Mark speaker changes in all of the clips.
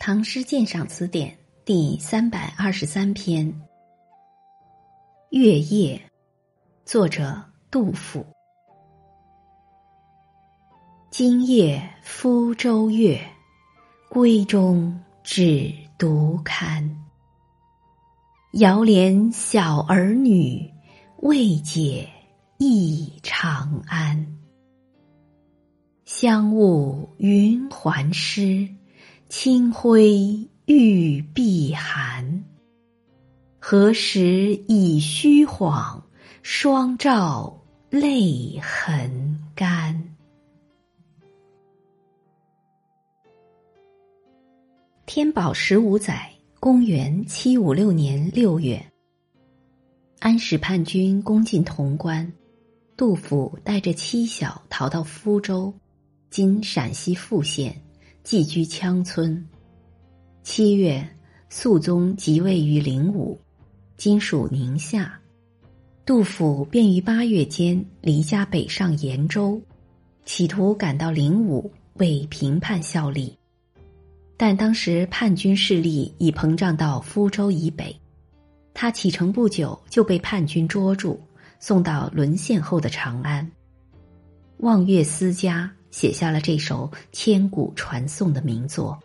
Speaker 1: 唐诗鉴赏词典第323篇。月夜，作者杜甫。今夜鄜州月，闺中只独看。遥怜小儿女，未解忆长安。香雾云鬟湿，清辉玉臂寒。何时已虚晃，双照泪痕干。天宝15载，公元756年6月，安史叛军攻进潼关，杜甫带着妻小逃到鄜州，今陕西富县，寄居羌村。7月，肃宗即位于灵武，今属宁夏。杜甫便于8月间离家北上延州，企图赶到灵武为平叛效力。但当时叛军势力已膨胀到鄜州以北，他启程不久就被叛军捉住，送到沦陷后的长安。望岳思家写下了这首千古传颂的名作，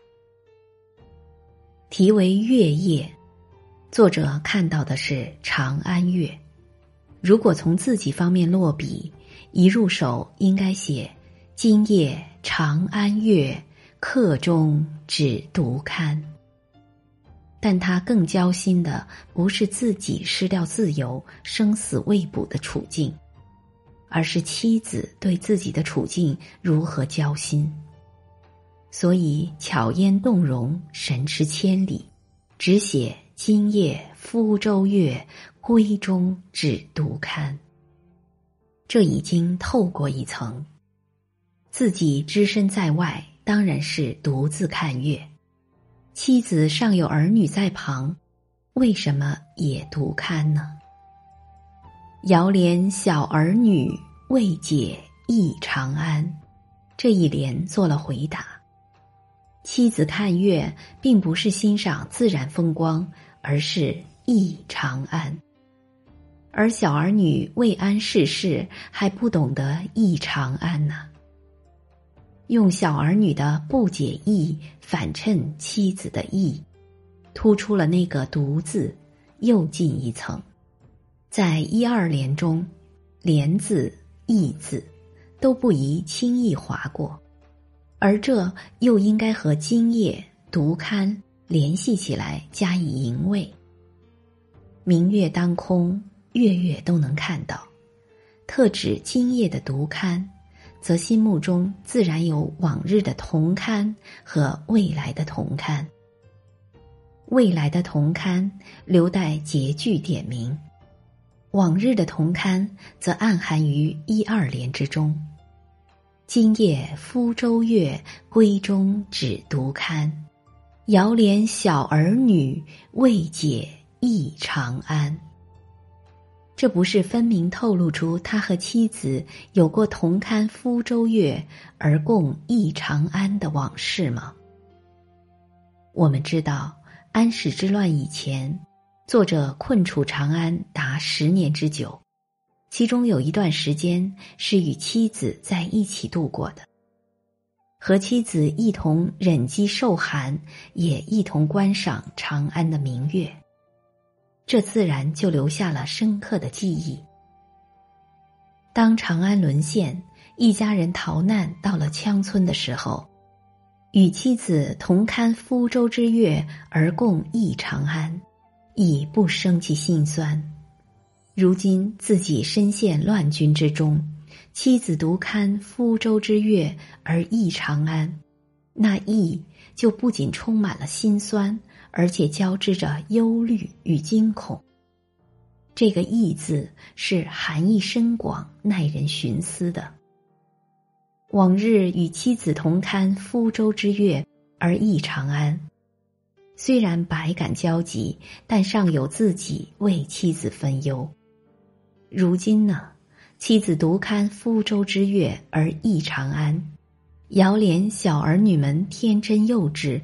Speaker 1: 题为《月夜》。作者看到的是长安月，如果从自己方面落笔，一入手应该写今夜长安月，客中只独看。但他更焦心的不是自己失掉自由、生死未卜的处境，而是妻子对自己的处境如何焦心。所以巧言动容，神驰千里，只写今夜鄜州月，闺中只独看。这已经透过一层，自己只身在外，当然是独自看月，妻子尚有儿女在旁，为什么也独看呢？遥怜小儿女，未解忆长安，这一联做了回答。妻子看月并不是欣赏自然风光，而是忆长安。而小儿女未谙世事，还不懂得忆长安呢。用小儿女的不解意反衬妻子的意，突出了那个独字，又进一层。在1、2联中，连字、意字都不宜轻易划过，而这又应该和今夜、独看联系起来，加以淫味。明月当空，月月都能看到，特指今夜的独看，则心目中自然有往日的同堪和未来的同堪。未来的同堪留待结句点明，往日的同堪则暗含于1、2联之中。今夜鄜州月，闺中只独看。遥怜小儿女，未解忆长安。这不是分明透露出他和妻子有过同看鄜州月而共忆长安的往事吗？我们知道，安史之乱以前，作者困处长安达10年之久，其中有一段时间是与妻子在一起度过的，和妻子一同忍饥受寒，也一同观赏长安的明月，这自然就留下了深刻的记忆。当长安沦陷，一家人逃难到了羌村的时候，与妻子同看鄜州之月而共忆长安，已不生其心酸。如今自己身陷乱军之中，妻子独看鄜州之月而忆长安，那忆就不仅充满了心酸，而且交织着忧虑与惊恐。这个忆字是含义深广，耐人寻思的。往日与妻子同看鄜州之月而忆长安，虽然百感交集，但尚有自己为妻子分忧。如今呢，妻子独看鄜州之月而忆长安，遥怜小儿女们天真幼稚，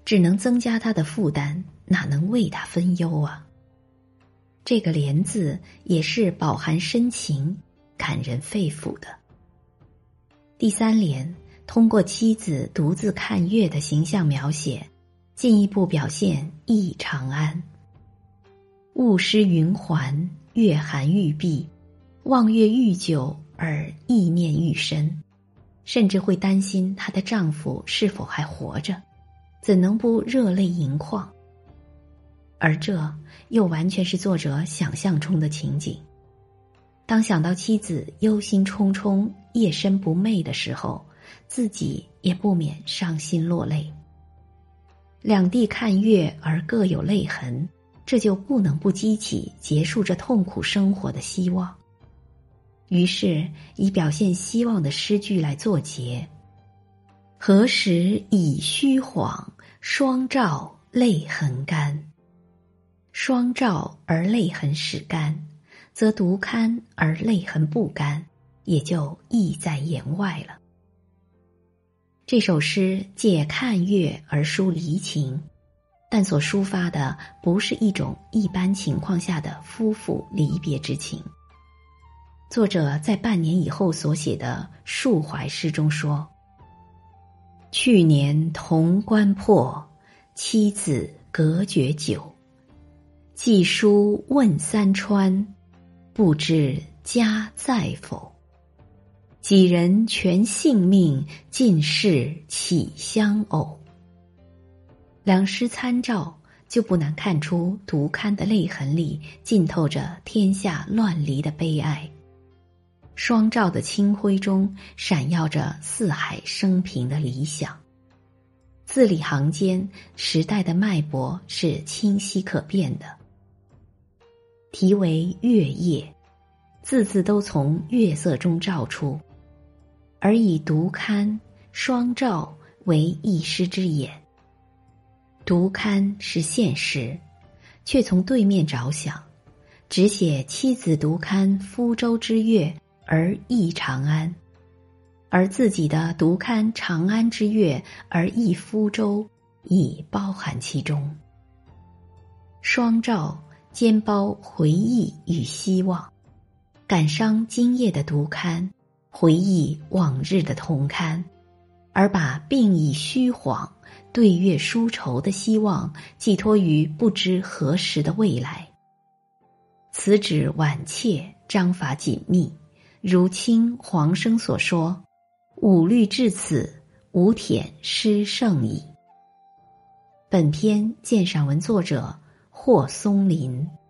Speaker 1: 只能增加他的负担，哪能为他分忧啊？这个怜字也是饱含深情，感人肺腑的。第三联通过妻子独自看月的形象描写，进一步表现忆长安。雾失云环，月寒欲闭，望月愈久而意念愈深，甚至会担心她的丈夫是否还活着，怎能不热泪盈眶？而这又完全是作者想象中的情景。当想到妻子忧心忡忡、夜深不寐的时候，自己也不免伤心落泪。两地看月而各有泪痕，这就不能不激起结束这痛苦生活的希望。于是以表现希望的诗句来作结：何时已虚晃，双照泪痕干。双照而泪痕始干，则独看而泪痕不干，也就意在言外了。这首诗借看月而抒离情，但所抒发的不是一种一般情况下的夫妇离别之情。作者在半年以后所写的述怀诗中说：去年潼关破，妻子隔绝久，寄书问三川，不知家在否？几人全性命，尽是岂相偶？两诗参照，就不难看出独看的泪痕里浸透着天下乱离的悲哀。双照的清辉中闪耀着四海升平的理想。字里行间，时代的脉搏是清晰可辨的。题为月夜，字字都从月色中照出，而以独看、双照为一诗之眼。独看是现实，却从对面着想，只写妻子独看福州之月而忆长安，而自己的独看长安之月而忆福州，已包含其中。双照兼包回忆与希望，感伤今夜的独看，回忆往日的同堪，而把病已虚晃、对月疏愁的希望寄托于不知何时的未来。此指婉切，章法紧密，如清黄生所说：五律至此，无忝诗胜矣。本篇鉴赏文作者霍松林。